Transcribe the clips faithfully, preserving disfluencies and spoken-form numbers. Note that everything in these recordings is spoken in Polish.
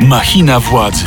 Machina władzy.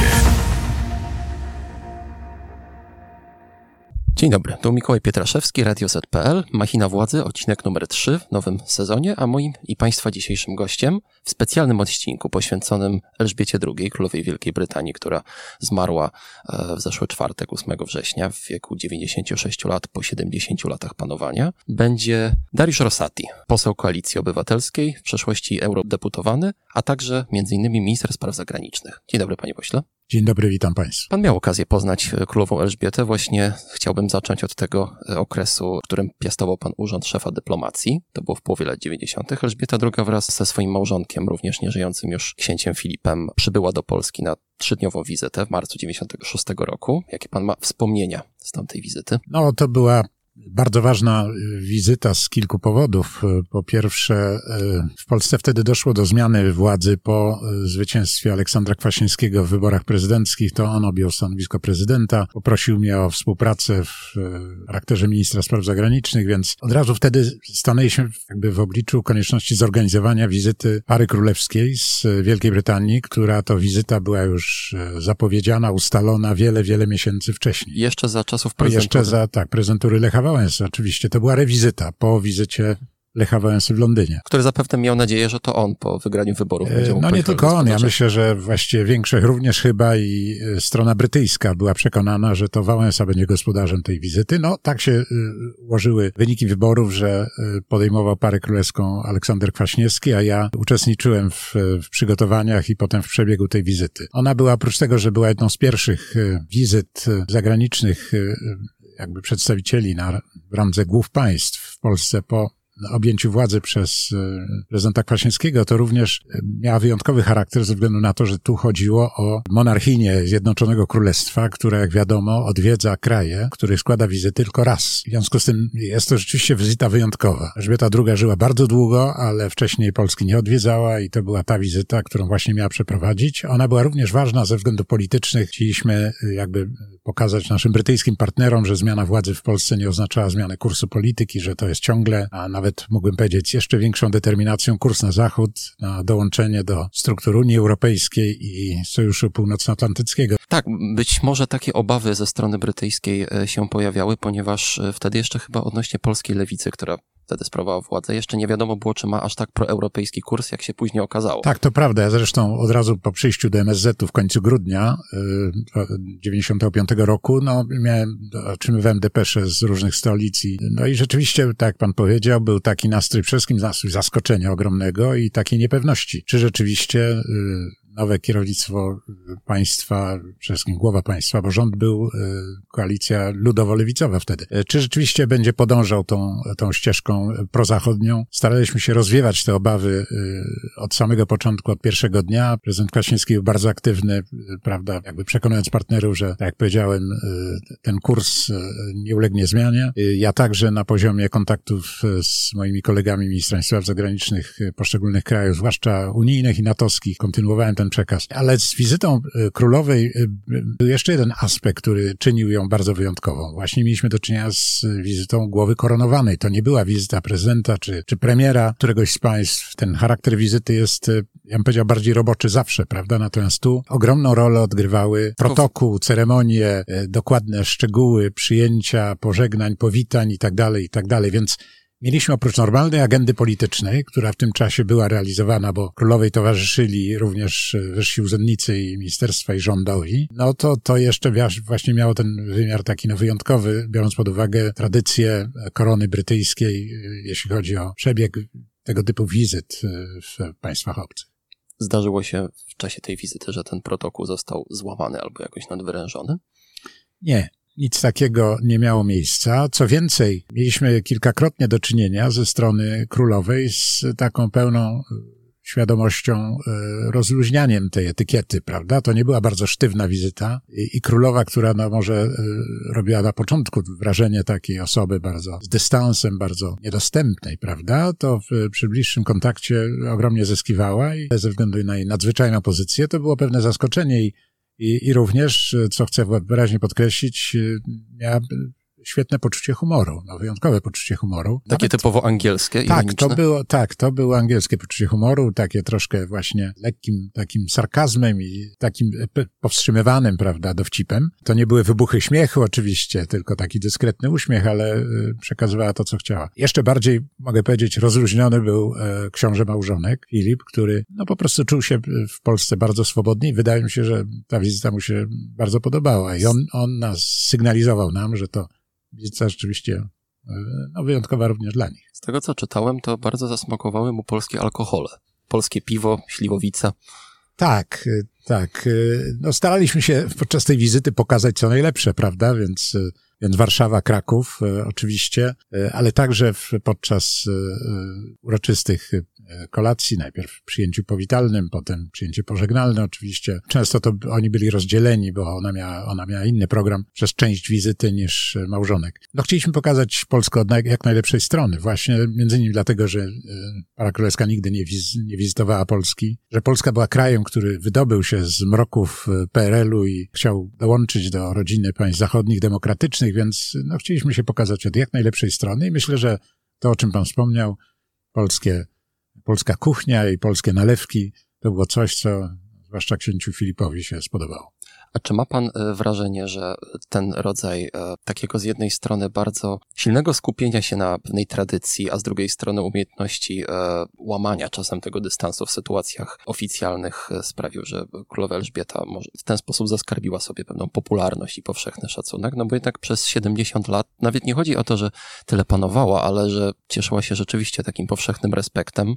Dzień dobry, tu Mikołaj Pietraszewski, Radio Z kropka pe el, Machina Władzy, odcinek numer trzy w nowym sezonie, a moim i Państwa dzisiejszym gościem w specjalnym odcinku poświęconym Elżbiecie drugiej, królowej Wielkiej Brytanii, która zmarła w zeszły czwartek, ósmego września, w wieku dziewięćdziesięciu sześciu lat po siedemdziesięciu latach panowania, będzie Dariusz Rosati, poseł Koalicji Obywatelskiej, w przeszłości eurodeputowany, a także między innymi minister spraw zagranicznych. Dzień dobry, panie pośle. Dzień dobry, witam Państwa. Pan miał okazję poznać królową Elżbietę. Właśnie chciałbym zacząć od tego okresu, w którym piastował pan urząd szefa dyplomacji. To było w połowie lat dziewięćdziesiątych. Elżbieta druga wraz ze swoim małżonkiem, również nieżyjącym już księciem Filipem, przybyła do Polski na trzydniową wizytę w marcu dziewięćdziesiątego szóstego roku. Jakie pan ma wspomnienia z tamtej wizyty? No, to była bardzo ważna wizyta z kilku powodów. Po pierwsze, w Polsce wtedy doszło do zmiany władzy po zwycięstwie Aleksandra Kwaśniewskiego w wyborach prezydenckich. To on objął stanowisko prezydenta. Poprosił mnie o współpracę w charakterze ministra spraw zagranicznych, więc od razu wtedy stanęliśmy jakby w obliczu konieczności zorganizowania wizyty pary królewskiej z Wielkiej Brytanii, która to wizyta była już zapowiedziana, ustalona wiele, wiele miesięcy wcześniej. Jeszcze za czasów prezydentury. Jeszcze za, tak, prezydentury Lecha Wałęsy, oczywiście. To była rewizyta po wizycie Lecha Wałęsy w Londynie. Który zapewne miał nadzieję, że to on po wygraniu wyborów będzie mógł... No nie tylko on, ja myślę, że właściwie większość również chyba i strona brytyjska była przekonana, że to Wałęsa będzie gospodarzem tej wizyty. No tak się ułożyły wyniki wyborów, że podejmował parę królewską Aleksander Kwaśniewski, a ja uczestniczyłem w, w przygotowaniach i potem w przebiegu tej wizyty. Ona była, oprócz tego, że była jedną z pierwszych wizyt zagranicznych jakby przedstawicieli na randze głów państw w Polsce po objęciu władzy przez prezydenta Kwaśniewskiego, to również miała wyjątkowy charakter ze względu na to, że tu chodziło o monarchinię Zjednoczonego Królestwa, która, jak wiadomo, odwiedza kraje, których składa wizyty tylko raz. W związku z tym jest to rzeczywiście wizyta wyjątkowa. Elżbieta druga żyła bardzo długo, ale wcześniej Polski nie odwiedzała i to była ta wizyta, którą właśnie miała przeprowadzić. Ona była również ważna ze względów politycznych. Chcieliśmy jakby pokazać naszym brytyjskim partnerom, że zmiana władzy w Polsce nie oznaczała zmiany kursu polityki, że to jest ciągle, a nawet mógłbym powiedzieć, jeszcze większą determinacją kurs na zachód, na dołączenie do struktur Unii Europejskiej i Sojuszu Północnoatlantyckiego. Tak, być może takie obawy ze strony brytyjskiej się pojawiały, ponieważ wtedy jeszcze chyba odnośnie polskiej lewicy, która wtedy sprawowała władzę, jeszcze nie wiadomo było, czy ma aż tak proeuropejski kurs, jak się później okazało. Tak, to prawda. Ja zresztą od razu po przyjściu do M S Z-u w końcu grudnia dziewięćdziesiątego piątego roku, no miałem, otrzymywałem depesze z różnych stolic i, no i rzeczywiście, tak jak pan powiedział, był taki nastrój, przede wszystkim nastrój zaskoczenia ogromnego i takiej niepewności. Czy rzeczywiście nowe kierownictwo państwa, przede wszystkim głowa państwa, bo rząd był koalicja ludowo-lewicowa wtedy. Czy rzeczywiście będzie podążał tą, tą ścieżką prozachodnią? Staraliśmy się rozwiewać te obawy od samego początku, od pierwszego dnia. Prezydent Kwaśniewski był bardzo aktywny, prawda, jakby przekonując partnerów, że, tak jak powiedziałem, ten kurs nie ulegnie zmianie. Ja także na poziomie kontaktów z moimi kolegami ministrami spraw zagranicznych poszczególnych krajów, zwłaszcza unijnych i natowskich, kontynuowałem ten przekaz. Ale z wizytą królowej był jeszcze jeden aspekt, który czynił ją bardzo wyjątkową. Właśnie mieliśmy do czynienia z wizytą głowy koronowanej. To nie była wizyta prezydenta czy, czy premiera któregoś z państw. Ten charakter wizyty jest, ja bym powiedział, bardziej roboczy zawsze, prawda? Natomiast tu ogromną rolę odgrywały protokół, ceremonie, dokładne szczegóły przyjęcia, pożegnań, powitań i tak dalej, i tak dalej. Więc mieliśmy oprócz normalnej agendy politycznej, która w tym czasie była realizowana, bo królowej towarzyszyli również wyżsi urzędnicy i ministerstwa i rządowi, no to to jeszcze właśnie miało ten wymiar taki no wyjątkowy, biorąc pod uwagę tradycję korony brytyjskiej, jeśli chodzi o przebieg tego typu wizyt w państwach obcych. Zdarzyło się w czasie tej wizyty, że ten protokół został złamany albo jakoś nadwyrężony? Nie. Nic takiego nie miało miejsca. Co więcej, mieliśmy kilkakrotnie do czynienia ze strony królowej z taką pełną świadomością, rozluźnianiem tej etykiety, prawda? To nie była bardzo sztywna wizyta i, i królowa, która no może robiła na początku wrażenie takiej osoby bardzo z dystansem, bardzo niedostępnej, prawda? To w, przy bliższym kontakcie ogromnie zyskiwała i ze względu na jej nadzwyczajną pozycję to było pewne zaskoczenie i I, I również, co chcę wyraźnie podkreślić, miała świetne poczucie humoru, no wyjątkowe poczucie humoru. Takie Nawet... typowo angielskie, tak, ironiczne? to było, tak, to było angielskie poczucie humoru, takie troszkę właśnie lekkim takim sarkazmem i takim powstrzymywanym, prawda, dowcipem. To nie były wybuchy śmiechu oczywiście, tylko taki dyskretny uśmiech, ale przekazywała to, co chciała. Jeszcze bardziej, mogę powiedzieć, rozluźniony był e, książę małżonek, Filip, który no po prostu czuł się w Polsce bardzo swobodnie i wydaje mi się, że ta wizyta mu się bardzo podobała i on, on nas sygnalizował nam, że to wizyta rzeczywiście no, wyjątkowa również dla nich. Z tego, co czytałem, to bardzo zasmakowały mu polskie alkohole. Polskie piwo, śliwowica. Tak, tak. No, staraliśmy się podczas tej wizyty pokazać co najlepsze, prawda? Więc, więc Warszawa, Kraków oczywiście, ale także w, podczas uroczystych kolacji, najpierw w przyjęciu powitalnym, potem przyjęcie pożegnalne oczywiście. Często to oni byli rozdzieleni, bo ona miała, ona miała inny program przez część wizyty niż małżonek. No chcieliśmy pokazać Polskę od jak najlepszej strony, właśnie między innymi dlatego, że para królewska nigdy nie, wiz, nie wizytowała Polski, że Polska była krajem, który wydobył się z mroków P R L u i chciał dołączyć do rodziny państw zachodnich, demokratycznych, więc no, chcieliśmy się pokazać od jak najlepszej strony i myślę, że to, o czym pan wspomniał, polskie polska kuchnia i polskie nalewki, to było coś, co zwłaszcza księciu Filipowi się spodobało. A czy ma pan wrażenie, że ten rodzaj takiego z jednej strony bardzo silnego skupienia się na pewnej tradycji, a z drugiej strony umiejętności łamania czasem tego dystansu w sytuacjach oficjalnych sprawił, że królowa Elżbieta może w ten sposób zaskarbiła sobie pewną popularność i powszechny szacunek? No bo jednak przez siedemdziesiąt lat, nawet nie chodzi o to, że tyle panowała, ale że cieszyła się rzeczywiście takim powszechnym respektem,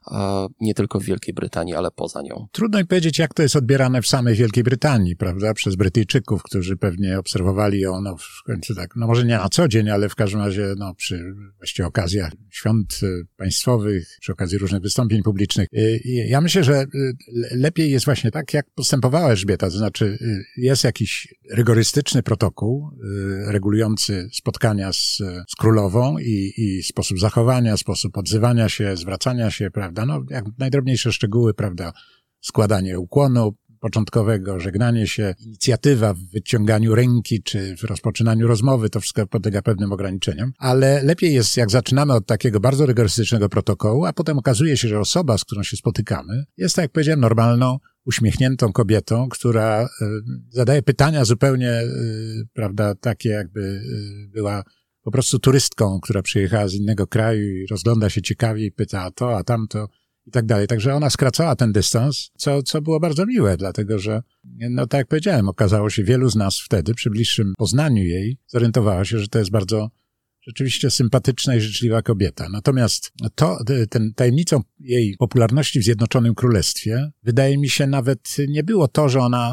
nie tylko w Wielkiej Brytanii, ale poza nią. Trudno mi powiedzieć, jak to jest odbierane w samej Wielkiej Brytanii, prawda, przez Brytyjczyków, którzy pewnie obserwowali ją, no w końcu tak, no może nie na co dzień, ale w każdym razie, no przy właściwie okazjach świąt państwowych, przy okazji różnych wystąpień publicznych. I ja myślę, że lepiej jest właśnie tak, jak postępowała Elżbieta, to znaczy jest jakiś rygorystyczny protokół regulujący spotkania z, z królową i, i sposób zachowania, sposób odzywania się, zwracania się, prawda, no jak najdrobniejsze szczegóły, prawda, składanie ukłonu początkowego, żegnanie się, inicjatywa w wyciąganiu ręki czy w rozpoczynaniu rozmowy, to wszystko podlega pewnym ograniczeniom, ale lepiej jest, jak zaczynamy od takiego bardzo rygorystycznego protokołu, a potem okazuje się, że osoba, z którą się spotykamy, jest, tak jak powiedziałem, normalną, uśmiechniętą kobietą, która y, zadaje pytania zupełnie, y, prawda, takie jakby y, była po prostu turystką, która przyjechała z innego kraju i rozgląda się ciekawie i pyta a to, a tamto i tak dalej. Także ona skracała ten dystans, co, co było bardzo miłe, dlatego że, no tak jak powiedziałem, okazało się, wielu z nas wtedy przy bliższym poznaniu jej zorientowało się, że to jest bardzo rzeczywiście sympatyczna i życzliwa kobieta. Natomiast to, ten, tajemnicą jej popularności w Zjednoczonym Królestwie wydaje mi się nawet nie było to, że ona...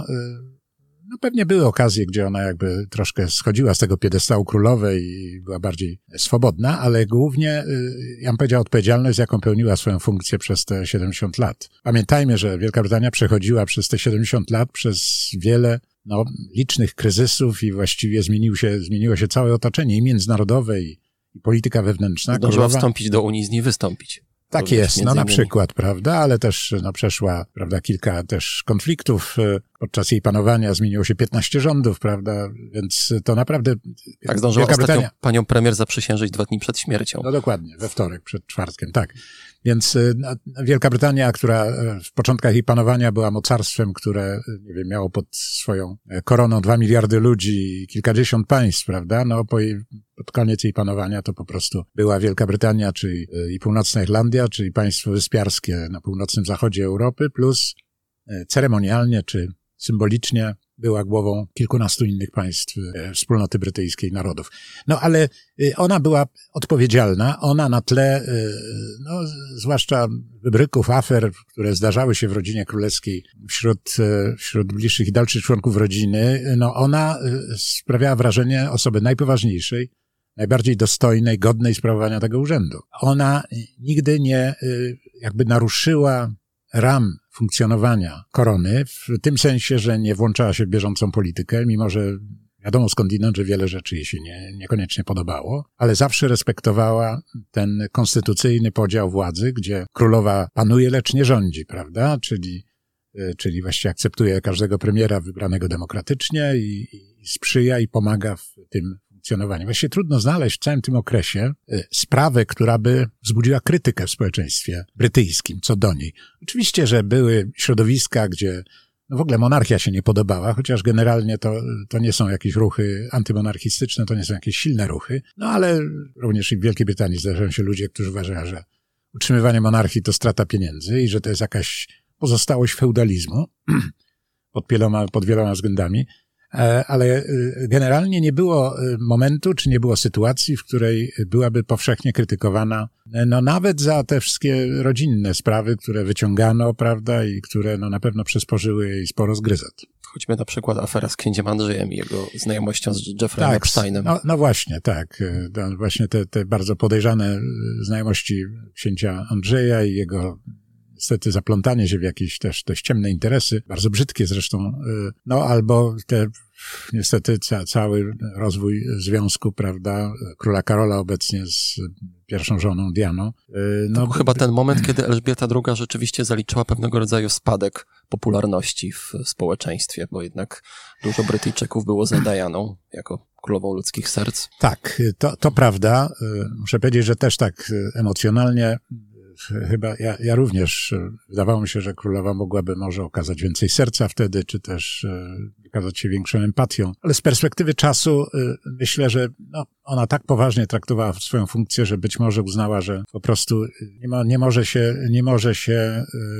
No pewnie były okazje, gdzie ona jakby troszkę schodziła z tego piedestału królowej i była bardziej swobodna, ale głównie, ja bym powiedział, odpowiedzialność, jaką pełniła swoją funkcję przez te siedemdziesiąt lat. Pamiętajmy, że Wielka Brytania przechodziła przez te siedemdziesiąt lat przez wiele no, licznych kryzysów i właściwie zmienił się, zmieniło się całe otoczenie i międzynarodowe, i, i polityka wewnętrzna. Zdążyła królowa wstąpić do Unii, z niej wystąpić. Tak jest, no na przykład, prawda, ale też no, przeszła, prawda, kilka też konfliktów. Podczas jej panowania zmieniło się piętnaście rządów, prawda, więc to naprawdę... Tak, zdążyła ostatnio Brytania... panią premier zaprzysiężyć dwa dni przed śmiercią. No dokładnie, we wtorek, przed czwartkiem, tak. Więc no, Wielka Brytania, która w początkach jej panowania była mocarstwem, które, nie wiem, miało pod swoją koroną dwa miliardy ludzi i kilkadziesiąt państw, prawda, no po jej, pod koniec jej panowania to po prostu była Wielka Brytania, czyli i Północna Irlandia, czyli państwo wyspiarskie na północnym zachodzie Europy, plus ceremonialnie czy symbolicznie była głową kilkunastu innych państw wspólnoty brytyjskiej narodów. No ale ona była odpowiedzialna, ona na tle, no zwłaszcza wybryków, afer, które zdarzały się w rodzinie królewskiej wśród, wśród bliższych i dalszych członków rodziny, no ona sprawiała wrażenie osoby najpoważniejszej, najbardziej dostojnej, godnej sprawowania tego urzędu. Ona nigdy nie jakby naruszyła ram funkcjonowania korony, w tym sensie, że nie włączała się w bieżącą politykę, mimo że wiadomo skądinąd, że wiele rzeczy jej się nie, niekoniecznie podobało, ale zawsze respektowała ten konstytucyjny podział władzy, gdzie królowa panuje, lecz nie rządzi, prawda? Czyli, czyli właściwie akceptuje każdego premiera wybranego demokratycznie i, i sprzyja i pomaga w tym funkcjonowanie. Właściwie trudno znaleźć w całym tym okresie sprawę, która by wzbudziła krytykę w społeczeństwie brytyjskim co do niej. Oczywiście, że były środowiska, gdzie no w ogóle monarchia się nie podobała, chociaż generalnie to, to nie są jakieś ruchy antymonarchistyczne, to nie są jakieś silne ruchy, no ale również i w Wielkiej Brytanii zdarzają się ludzie, którzy uważają, że utrzymywanie monarchii to strata pieniędzy i że to jest jakaś pozostałość feudalizmu pod wieloma, pod wieloma względami, ale generalnie nie było momentu, czy nie było sytuacji, w której byłaby powszechnie krytykowana, no nawet za te wszystkie rodzinne sprawy, które wyciągano, prawda, i które no na pewno przysporzyły jej sporo zgryzot. Choćby na przykład afera z księciem Andrzejem i jego znajomością z Jeffreyem tak, Epsteinem. No, no właśnie, tak. No właśnie te, te bardzo podejrzane znajomości księcia Andrzeja i jego niestety zaplątanie się w jakieś też dość ciemne interesy, bardzo brzydkie zresztą, no albo te niestety ca, cały rozwój związku, prawda, króla Karola obecnie z pierwszą żoną Dianą. No, to był chyba ten moment, kiedy Elżbieta druga rzeczywiście zaliczyła pewnego rodzaju spadek popularności w społeczeństwie, bo jednak dużo Brytyjczyków było za Dianą jako królową ludzkich serc. Tak, to, to prawda. Muszę powiedzieć, że też tak emocjonalnie chyba ja, ja również, wydawało mi się, że królowa mogłaby może okazać więcej serca wtedy, czy też okazać się większą empatią. Ale z perspektywy czasu myślę, że no, ona tak poważnie traktowała swoją funkcję, że być może uznała, że po prostu nie, ma, nie może się, nie może się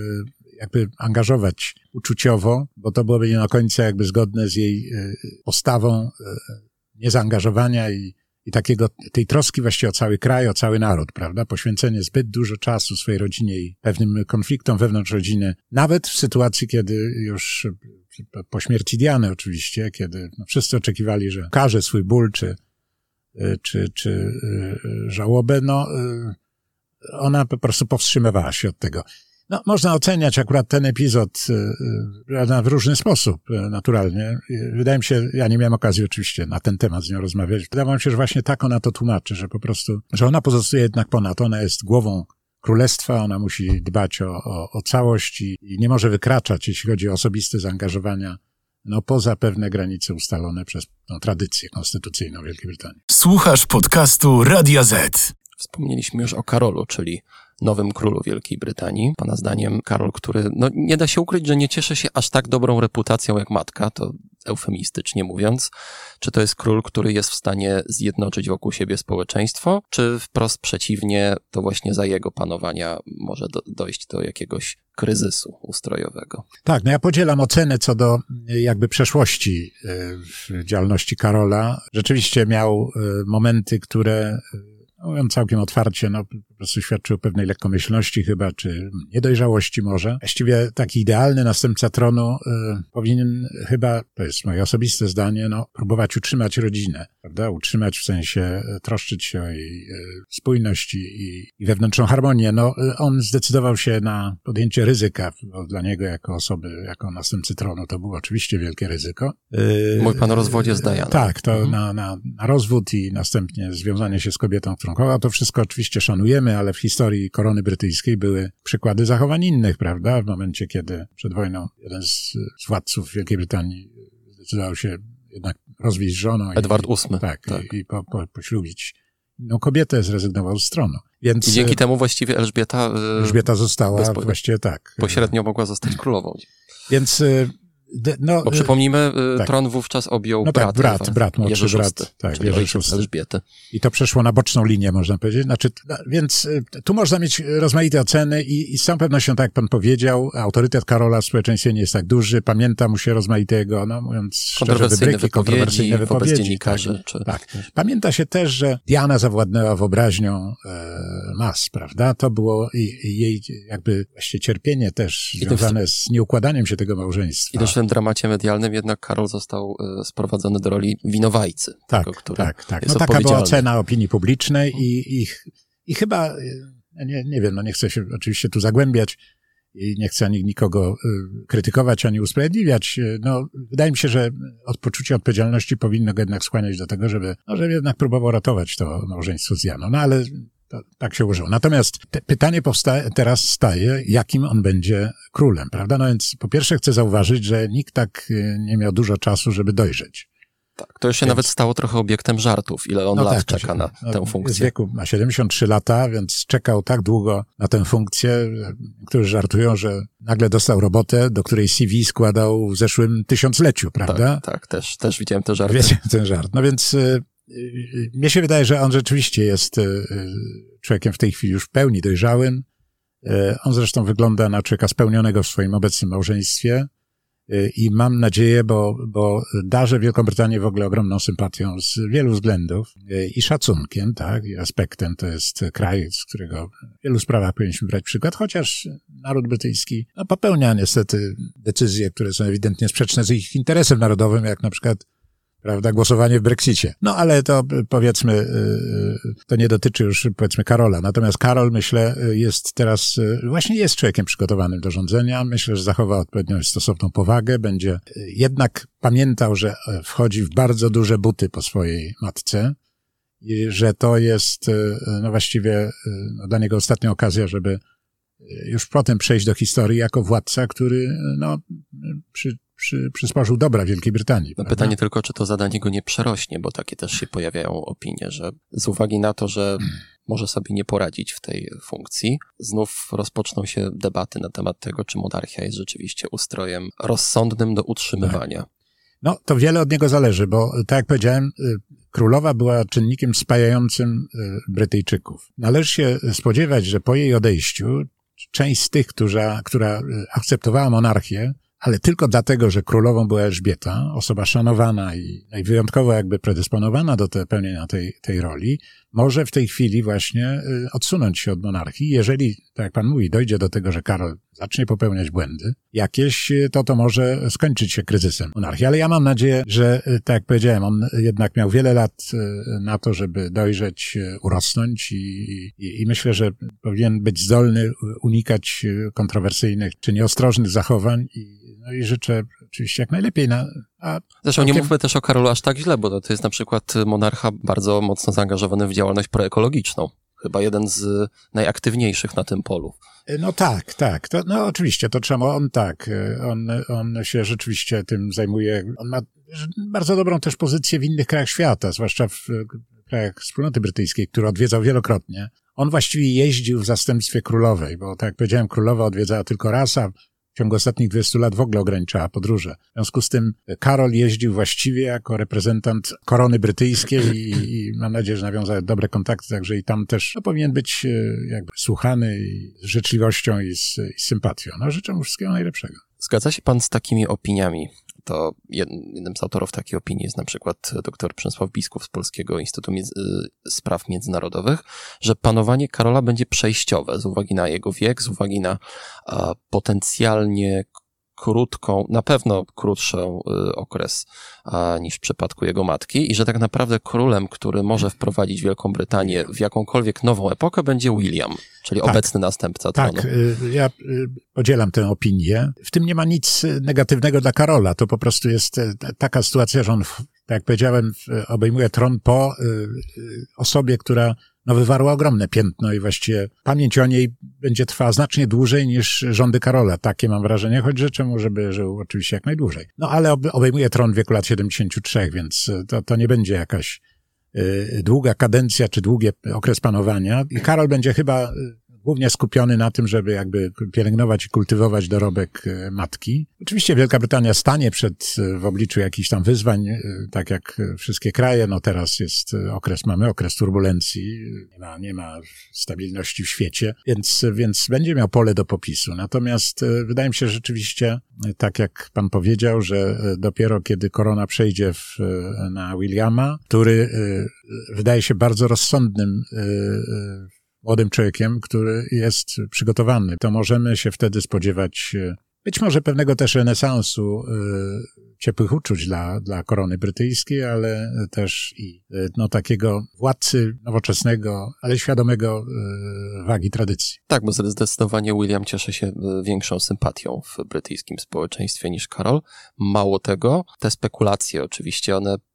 jakby angażować uczuciowo, bo to byłoby nie do końca jakby zgodne z jej postawą niezaangażowania i I takiego, tej troski właściwie o cały kraj, o cały naród, prawda? Poświęcenie zbyt dużo czasu swojej rodzinie i pewnym konfliktom wewnątrz rodziny. Nawet w sytuacji, kiedy już po śmierci Diany oczywiście, kiedy no, wszyscy oczekiwali, że okaże swój ból czy, czy, czy żałobę, no ona po prostu powstrzymywała się od tego. No, można oceniać akurat ten epizod y, w różny sposób, naturalnie. Wydaje mi się, ja nie miałem okazji oczywiście na ten temat z nią rozmawiać. Wydawało mi się, że właśnie tak ona to tłumaczy, że po prostu, że ona pozostuje jednak ponad, ona jest głową królestwa, ona musi dbać o, o, o całość i, i nie może wykraczać, jeśli chodzi o osobiste zaangażowania, no poza pewne granice ustalone przez no, tradycję konstytucyjną Wielkiej Brytanii. Słuchasz podcastu Radia Z. Wspomnieliśmy już o Karolu, czyli nowym królu Wielkiej Brytanii. Pana zdaniem Karol, który, no nie da się ukryć, że nie cieszy się aż tak dobrą reputacją jak matka, to eufemistycznie mówiąc. Czy to jest król, który jest w stanie zjednoczyć wokół siebie społeczeństwo, czy wprost przeciwnie, to właśnie za jego panowania może do, dojść do jakiegoś kryzysu ustrojowego? Tak, no ja podzielam ocenę co do jakby przeszłości w działalności Karola. Rzeczywiście miał momenty, które mówiąc całkiem otwarcie, no po prostu świadczył o pewnej lekkomyślności chyba, czy niedojrzałości może. Właściwie taki idealny następca tronu y, powinien chyba, to jest moje osobiste zdanie, no próbować utrzymać rodzinę, prawda? Utrzymać w sensie y, troszczyć się o jej y, spójność i, i, i wewnętrzną harmonię. No y, on zdecydował się na podjęcie ryzyka, bo dla niego jako osoby, jako następcy tronu to było oczywiście wielkie ryzyko. Y, Mój pan o rozwodzie z Dianą. Tak, to mhm. na, na, na rozwód i następnie związanie się z kobietą, którą kochał. To wszystko oczywiście szanujemy, ale w historii korony brytyjskiej były przykłady zachowań innych, prawda? W momencie, kiedy przed wojną jeden z, z władców Wielkiej Brytanii zdecydował się jednak rozwieść z żoną. Edward i, ósmy. Tak, tak. i, i po, po, poślubić inną kobietę, zrezygnował z tronu. Więc, I dzięki temu właściwie Elżbieta... Elżbieta została, bezpo... właściwie tak. Pośrednio mogła zostać królową. Więc... No, bo przypomnijmy, tak. tron wówczas objął no brat, tak, brat, brat, młodszy Jerzy brat, szósty, tak, czyli Jerzy szósty. Elżbiety. I to przeszło na boczną linię, można powiedzieć. Znaczy, no, więc tu można mieć rozmaite oceny i, i z całą pewnością, tak jak pan powiedział, autorytet Karola w społeczeństwie nie jest tak duży, pamięta mu się rozmaitego, no mówiąc szczerze, wybryki, kontrowersyjne wypowiedzi. Wobec dziennikarzy. Tak, czy... tak. Pamięta się też, że Diana zawładnęła wyobraźnią e, mas, prawda? To było i, i jej jakby właściwie cierpienie też I związane też... z nieukładaniem się tego małżeństwa. I też w tym dramacie medialnym jednak Karol został y, sprowadzony do roli winowajcy. Tak, tego, który tak, tak. jest No taka była ocena opinii publicznej i, i, i chyba, nie, nie wiem, no nie chcę się oczywiście tu zagłębiać i nie chcę ani nikogo y, krytykować, ani usprawiedliwiać. No, wydaje mi się, że od poczucia odpowiedzialności powinno go jednak skłaniać do tego, żeby, no, żeby jednak próbował ratować to małżeństwo z Dianą. No ale to, tak się ułożyło. Natomiast te, pytanie powstaje, teraz staje, jakim on będzie królem, prawda? No więc po pierwsze chcę zauważyć, że nikt tak nie miał dużo czasu, żeby dojrzeć Tak, to już się więc... nawet stało trochę obiektem żartów, ile on no lat tak, czeka się, na no, tę funkcję. Z wieku ma siedemdziesiąt trzy lata, więc czekał tak długo na tę funkcję, którzy żartują, że nagle dostał robotę, do której C V składał w zeszłym tysiącleciu, prawda? Tak, tak, też, też widziałem te żarty. Wiecie, ten żart. No więc y, y, mnie się wydaje, że on rzeczywiście jest y, człowiekiem w tej chwili już w pełni dojrzałym. Y, on zresztą wygląda na człowieka spełnionego w swoim obecnym małżeństwie. I mam nadzieję, bo, bo darzę Wielką Brytanię w ogóle ogromną sympatią z wielu względów i szacunkiem, tak, i respektem. To jest kraj, z którego w wielu sprawach powinniśmy brać przykład, chociaż naród brytyjski no, popełnia niestety decyzje, które są ewidentnie sprzeczne z ich interesem narodowym, jak na przykład prawda, głosowanie w Brexicie. No ale to powiedzmy, to nie dotyczy już powiedzmy Karola. Natomiast Karol, myślę, jest teraz, właśnie jest człowiekiem przygotowanym do rządzenia. Myślę, że zachowa odpowiednią stosowną powagę. Będzie jednak pamiętał, że wchodzi w bardzo duże buty po swojej matce i że to jest no właściwie no, dla niego ostatnia okazja, żeby już potem przejść do historii jako władca, który no przy Przy, przysporzył dobra Wielkiej Brytanii. No pytanie tylko, czy to zadanie go nie przerośnie, bo takie też się pojawiają opinie, że z uwagi na to, że może sobie nie poradzić w tej funkcji, znów rozpoczną się debaty na temat tego, czy monarchia jest rzeczywiście ustrojem rozsądnym do utrzymywania. Tak. No, to wiele od niego zależy, bo tak jak powiedziałem, królowa była czynnikiem spajającym Brytyjczyków. Należy się spodziewać, że po jej odejściu część z tych, która, która akceptowała monarchię, ale tylko dlatego, że królową była Elżbieta, osoba szanowana i, i wyjątkowo jakby predysponowana do te, pełnienia tej, tej roli, może w tej chwili właśnie y, odsunąć się od monarchii. Jeżeli, tak jak pan mówi, dojdzie do tego, że Karol zacznie popełniać błędy jakieś, to to może skończyć się kryzysem monarchii. Ale ja mam nadzieję, że, y, tak jak powiedziałem, on jednak miał wiele lat y, na to, żeby dojrzeć, y, urosnąć i, i, i myślę, że powinien być zdolny unikać kontrowersyjnych czy nieostrożnych zachowań i No i życzę oczywiście jak najlepiej. Na, a Zresztą całkiem... nie mówmy też o Karolu aż tak źle, bo to jest na przykład monarcha bardzo mocno zaangażowany w działalność proekologiczną. Chyba jeden z najaktywniejszych na tym polu. No tak, tak. To, no oczywiście, to trzeba, on tak, on, on się rzeczywiście tym zajmuje. On ma bardzo dobrą też pozycję w innych krajach świata, zwłaszcza w krajach Wspólnoty Brytyjskiej, które odwiedzał wielokrotnie. On właściwie jeździł w zastępstwie królowej, bo tak jak powiedziałem, królowa odwiedzała tylko raz, a w ciągu ostatnich dwudziestu lat w ogóle ograniczała podróże. W związku z tym Karol jeździł właściwie jako reprezentant korony brytyjskiej i, i mam nadzieję, że nawiązał dobre kontakty, także i tam też no, powinien być jakby słuchany i z życzliwością i z, i z sympatią. No życzę mu wszystkiego najlepszego. Zgadza się pan z takimi opiniami? To jednym z autorów takiej opinii jest na przykład dr Przemysław Biskup z Polskiego Instytutu Między- Spraw Międzynarodowych, że panowanie Karola będzie przejściowe z uwagi na jego wiek, z uwagi na a, potencjalnie krótką, na pewno krótszy okres a, niż w przypadku jego matki i że tak naprawdę królem, który może wprowadzić Wielką Brytanię w jakąkolwiek nową epokę, będzie William, czyli tak, obecny następca tronu. Tak, ja podzielam tę opinię. W tym nie ma nic negatywnego dla Karola. To po prostu jest taka sytuacja, że on, tak jak powiedziałem, obejmuje tron po osobie, która no wywarła ogromne piętno i właściwie pamięć o niej będzie trwała znacznie dłużej niż rządy Karola. Takie mam wrażenie, choć życzę mu, żeby żył oczywiście jak najdłużej. No ale obejmuje tron w wieku lat siedemdziesięciu trzech, więc to, to nie będzie jakaś y, długa kadencja czy długi okres panowania. I Karol będzie chyba głównie skupiony na tym, żeby jakby pielęgnować i kultywować dorobek matki. Oczywiście Wielka Brytania stanie przed, w obliczu jakichś tam wyzwań, tak jak wszystkie kraje. No teraz jest okres, mamy okres turbulencji, nie ma, nie ma stabilności w świecie, więc, więc będzie miał pole do popisu. Natomiast wydaje mi się rzeczywiście, tak jak pan powiedział, że dopiero kiedy korona przejdzie w, na Williama, który wydaje się bardzo rozsądnym młodym człowiekiem, który jest przygotowany, to możemy się wtedy spodziewać być może pewnego też renesansu y, ciepłych uczuć dla, dla korony brytyjskiej, ale też i y, no, takiego władcy nowoczesnego, ale świadomego y, wagi tradycji. Tak, bo zdecydowanie William cieszy się większą sympatią w brytyjskim społeczeństwie niż Karol. Mało tego, te spekulacje oczywiście, one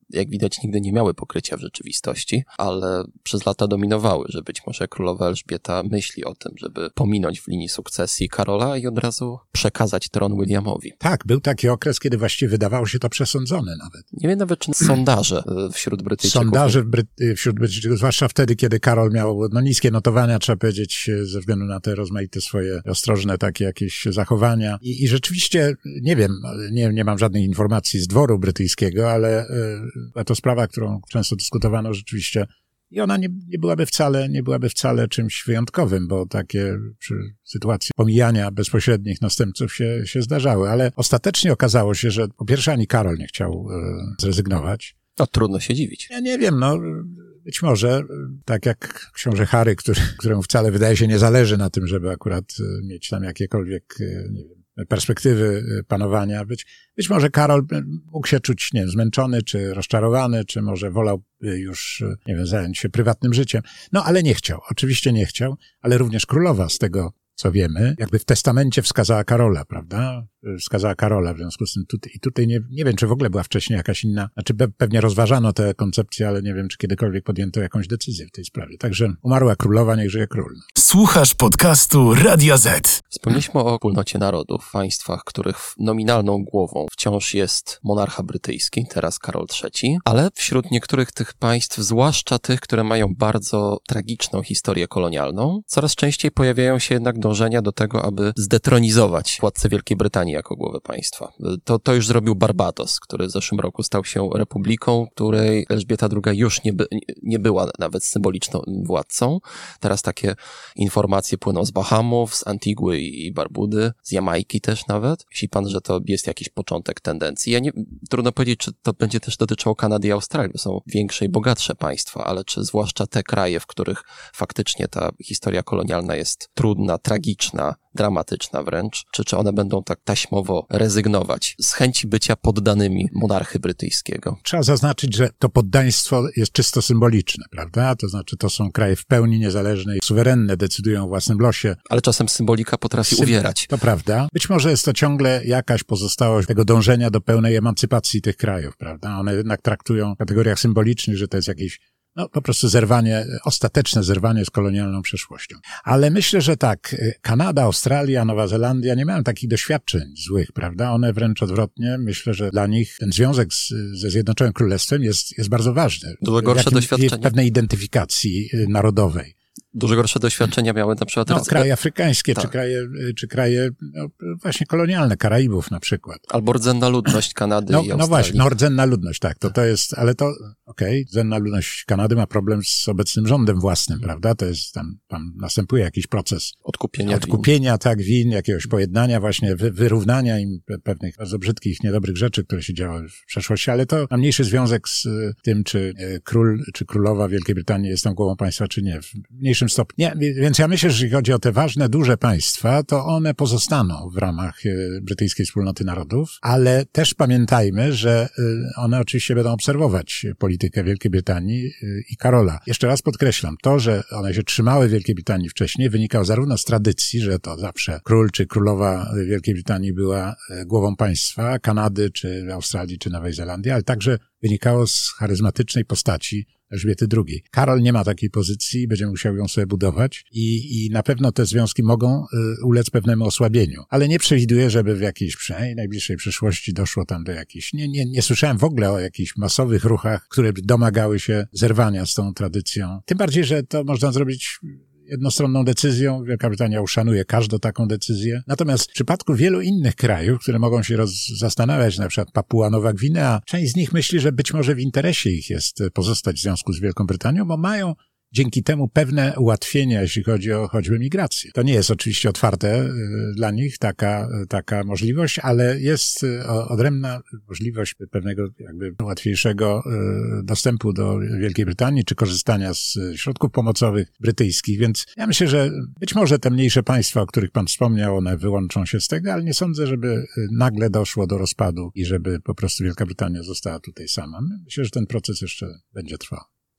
jak widać nigdy nie miały pokrycia w rzeczywistości, ale przez lata dominowały, że być może królowa Elżbieta myśli o tym, żeby pominąć w linii sukcesji Karola i od razu przekazać tron Williamowi. Tak, był taki okres, kiedy właściwie wydawało się to przesądzone nawet. Nie wiem nawet, czy sondaże wśród Brytyjczyków. Sondaże Bry- wśród Brytyjczyków, zwłaszcza wtedy, kiedy Karol miał no, niskie notowania, trzeba powiedzieć, ze względu na te rozmaite swoje ostrożne takie jakieś zachowania. I, i rzeczywiście, nie wiem, nie, nie mam żadnej informacji z dworu brytyjskiego, ale y, to sprawa, którą często dyskutowano rzeczywiście. I ona nie, nie byłaby wcale, nie byłaby wcale czymś wyjątkowym, bo takie przy sytuacje pomijania bezpośrednich następców się, się zdarzały. Ale ostatecznie okazało się, że po pierwsze ani Karol nie chciał y, zrezygnować. No trudno się dziwić. Ja nie wiem, no być może tak jak książę Harry, który, któremu wcale wydaje się nie zależy na tym, żeby akurat mieć tam jakiekolwiek, nie wiem, perspektywy panowania. Być, być może Karol mógł się czuć, nie wiem, zmęczony, czy rozczarowany, czy może wolał już, nie wiem, zająć się prywatnym życiem. No, ale nie chciał. Oczywiście nie chciał, ale również królowa z tego, co wiemy, jakby w testamencie wskazała Karola, prawda? Wskazała Karola, w związku z tym tutaj, i tutaj nie, nie wiem, czy w ogóle była wcześniej jakaś inna, znaczy pe, pewnie rozważano tę koncepcję, ale nie wiem, czy kiedykolwiek podjęto jakąś decyzję w tej sprawie. Także umarła królowa, niech żyje król. Słuchasz podcastu Radia Z. Wspomnieliśmy o wspólnocie narodów, państwach, których nominalną głową wciąż jest monarcha brytyjski, teraz Karol trzeci, ale wśród niektórych tych państw, zwłaszcza tych, które mają bardzo tragiczną historię kolonialną, coraz częściej pojawiają się jednak dążenia do tego, aby zdetronizować władcę Wielkiej Brytanii jako głowę państwa. To, to już zrobił Barbados, który w zeszłym roku stał się republiką, której Elżbieta druga już nie, by, nie była nawet symboliczną władcą. Teraz takie informacje płyną z Bahamów, z Antigui i Barbudy, z Jamajki też nawet. Myśli pan, że to jest jakiś początek tendencji? Ja nie, trudno powiedzieć, czy to będzie też dotyczyło Kanady i Australii, bo są większe i bogatsze państwa, ale czy zwłaszcza te kraje, w których faktycznie ta historia kolonialna jest trudna, tragiczna, dramatyczna wręcz, czy, czy one będą tak taśmowo rezygnować z chęci bycia poddanymi monarchy brytyjskiego? Trzeba zaznaczyć, że to poddaństwo jest czysto symboliczne, prawda? To znaczy, to są kraje w pełni niezależne i suwerenne, decydują o własnym losie. Ale czasem symbolika potrafi Sym- uwierać. To prawda. Być może jest to ciągle jakaś pozostałość tego dążenia do pełnej emancypacji tych krajów, prawda? One jednak traktują w kategoriach symbolicznych, że to jest jakieś no po prostu zerwanie, ostateczne zerwanie z kolonialną przeszłością. Ale myślę, że tak, Kanada, Australia, Nowa Zelandia nie mają takich doświadczeń złych, prawda? One wręcz odwrotnie, myślę, że dla nich ten związek z, ze Zjednoczonym Królestwem jest, jest bardzo ważny. Dużo gorsze Jakim, doświadczenie. W pewnej identyfikacji narodowej. Dużo gorsze doświadczenia miały na przykład... No, rec- kraje afrykańskie, tak. czy kraje, czy kraje no, właśnie kolonialne, Karaibów na przykład. Albo rdzenna ludność Kanady No, i Australii. no właśnie, no rdzenna ludność, tak, to, to jest, ale to, okej, okay, rdzenna ludność Kanady ma problem z obecnym rządem własnym, prawda? To jest tam, tam następuje jakiś proces Odkupienia, odkupienia, win. tak, win, jakiegoś pojednania, właśnie wy, wyrównania im pewnych bardzo brzydkich, niedobrych rzeczy, które się działy w przeszłości, ale to ma mniejszy związek z tym, czy król, czy królowa Wielkiej Brytanii jest tam głową państwa, czy nie, w mniejszym stopniu. Nie, więc ja myślę, że jeśli chodzi o te ważne, duże państwa, to one pozostaną w ramach brytyjskiej wspólnoty narodów, ale też pamiętajmy, że one oczywiście będą obserwować politykę Wielkiej Brytanii i Karola. Jeszcze raz podkreślam, to, że one się trzymały Wielkiej Brytanii wcześniej, wynikało zarówno z tradycji, że to zawsze król czy królowa Wielkiej Brytanii była głową państwa, Kanady, czy Australii, czy Nowej Zelandii, ale także wynikało z charyzmatycznej postaci Elżbiety drugiej. Karol nie ma takiej pozycji, będzie musiał ją sobie budować i, i na pewno te związki mogą y, ulec pewnemu osłabieniu. Ale nie przewiduję, żeby w jakiejś przynajmniej najbliższej przyszłości doszło tam do jakichś... Nie, nie, nie słyszałem w ogóle o jakichś masowych ruchach, które by domagały się zerwania z tą tradycją. Tym bardziej, że to można zrobić jednostronną decyzją. Wielka Brytania uszanuje każdą taką decyzję. Natomiast w przypadku wielu innych krajów, które mogą się roz- zastanawiać, na przykład Papua Nowa Gwinea, część z nich myśli, że być może w interesie ich jest pozostać w związku z Wielką Brytanią, bo mają dzięki temu pewne ułatwienia, jeśli chodzi o choćby migrację. To nie jest oczywiście otwarte y, dla nich taka, taka możliwość, ale jest y, odrębna możliwość pewnego jakby łatwiejszego y, dostępu do Wielkiej Brytanii, czy korzystania z środków pomocowych brytyjskich, więc ja myślę, że być może te mniejsze państwa, o których pan wspomniał, one wyłączą się z tego, ale nie sądzę, żeby nagle doszło do rozpadu i żeby po prostu Wielka Brytania została tutaj sama. Myślę, że ten proces jeszcze będzie trwał.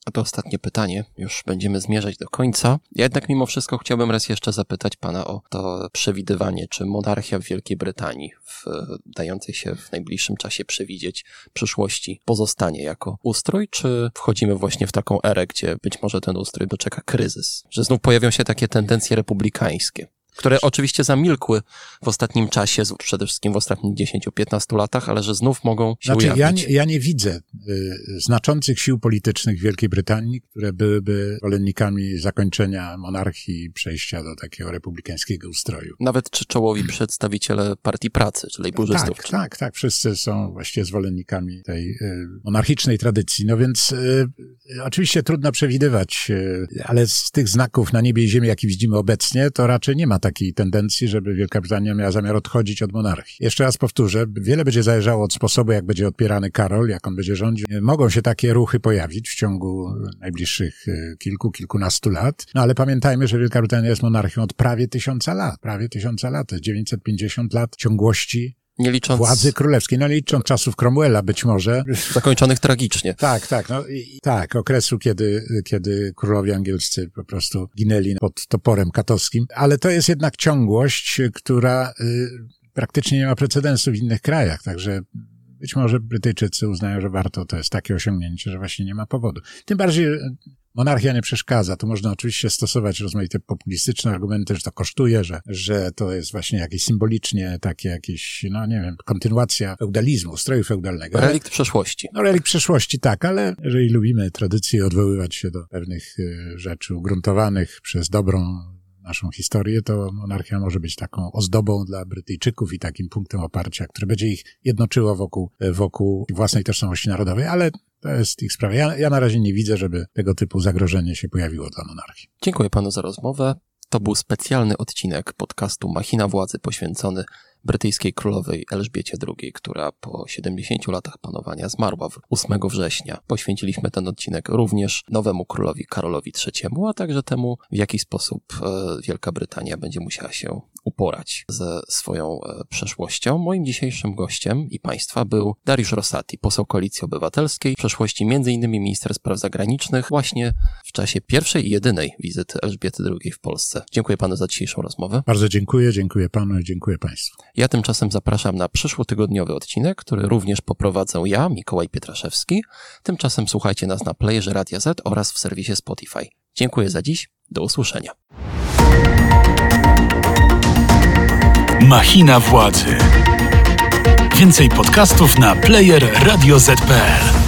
A to ostatnie pytanie, już będziemy zmierzać do końca. Ja jednak mimo wszystko chciałbym raz jeszcze zapytać pana o to przewidywanie, czy monarchia w Wielkiej Brytanii, w dającej się w najbliższym czasie przewidzieć przyszłości, pozostanie jako ustrój, czy wchodzimy właśnie w taką erę, gdzie być może ten ustrój doczeka kryzys, że znów pojawią się takie tendencje republikańskie, które oczywiście zamilkły w ostatnim czasie, przede wszystkim w ostatnich dziesięciu piętnastu latach, ale że znów mogą się znaczy, ujawnić. Ja nie, ja nie widzę y, znaczących sił politycznych w Wielkiej Brytanii, które byłyby zwolennikami zakończenia monarchii, przejścia do takiego republikańskiego ustroju. Nawet czy czołowi przedstawiciele Partii Pracy, czy lejburzystów. Tak, czy... tak, tak. Wszyscy są właściwie zwolennikami tej y, monarchicznej tradycji. No więc y, y, oczywiście trudno przewidywać, y, ale z tych znaków na niebie i ziemi, jakie widzimy obecnie, to raczej nie ma takiej tendencji, żeby Wielka Brytania miała zamiar odchodzić od monarchii. Jeszcze raz powtórzę, wiele będzie zależało od sposobu, jak będzie odpierany Karol, jak on będzie rządził. Mogą się takie ruchy pojawić w ciągu najbliższych kilku, kilkunastu lat, no ale pamiętajmy, że Wielka Brytania jest monarchią od prawie tysiąca lat. Prawie tysiąca lat. To jest dziewięćset pięćdziesiąt lat ciągłości Nie licząc... władzy królewskiej, no nie licząc czasów Cromwella być może. Zakończonych tragicznie. Tak, tak, no i, tak, okresu, kiedy, kiedy królowie angielscy po prostu ginęli pod toporem katowskim, ale to jest jednak ciągłość, która y, praktycznie nie ma precedensu w innych krajach, także być może Brytyjczycy uznają, że warto, to jest takie osiągnięcie, że właśnie nie ma powodu. Tym bardziej monarchia nie przeszkadza. Tu można oczywiście stosować rozmaite populistyczne argumenty, że to kosztuje, że, że to jest właśnie jakieś symbolicznie takie jakieś, no nie wiem, kontynuacja feudalizmu, ustroju feudalnego. Relikt przeszłości. No relikt przeszłości, tak, ale jeżeli lubimy tradycję odwoływać się do pewnych y, rzeczy ugruntowanych przez dobrą naszą historię, to monarchia może być taką ozdobą dla Brytyjczyków i takim punktem oparcia, które będzie ich jednoczyło wokół, wokół własnej tożsamości narodowej, ale to jest ich sprawa. Ja, ja na razie nie widzę, żeby tego typu zagrożenie się pojawiło dla monarchii. Dziękuję panu za rozmowę. To był specjalny odcinek podcastu Machina Władzy poświęcony brytyjskiej królowej Elżbiecie drugiej, która po siedemdziesięciu latach panowania zmarła ósmego września. Poświęciliśmy ten odcinek również nowemu królowi Karolowi trzeciemu, a także temu, w jaki sposób e, Wielka Brytania będzie musiała się uporać ze swoją e, przeszłością. Moim dzisiejszym gościem i państwa był Dariusz Rosati, poseł Koalicji Obywatelskiej, w przeszłości między innymi minister spraw zagranicznych, właśnie w czasie pierwszej i jedynej wizyty Elżbiety drugiej w Polsce. Dziękuję panu za dzisiejszą rozmowę. Bardzo dziękuję, dziękuję panu i dziękuję państwu. Ja tymczasem zapraszam na przyszłotygodniowy odcinek, który również poprowadzę ja, Mikołaj Pietraszewski. Tymczasem słuchajcie nas na playerze Radia Z oraz w serwisie Spotify. Dziękuję za dziś, do usłyszenia. Machina Władzy. Więcej podcastów na player radio zet kropka pe el.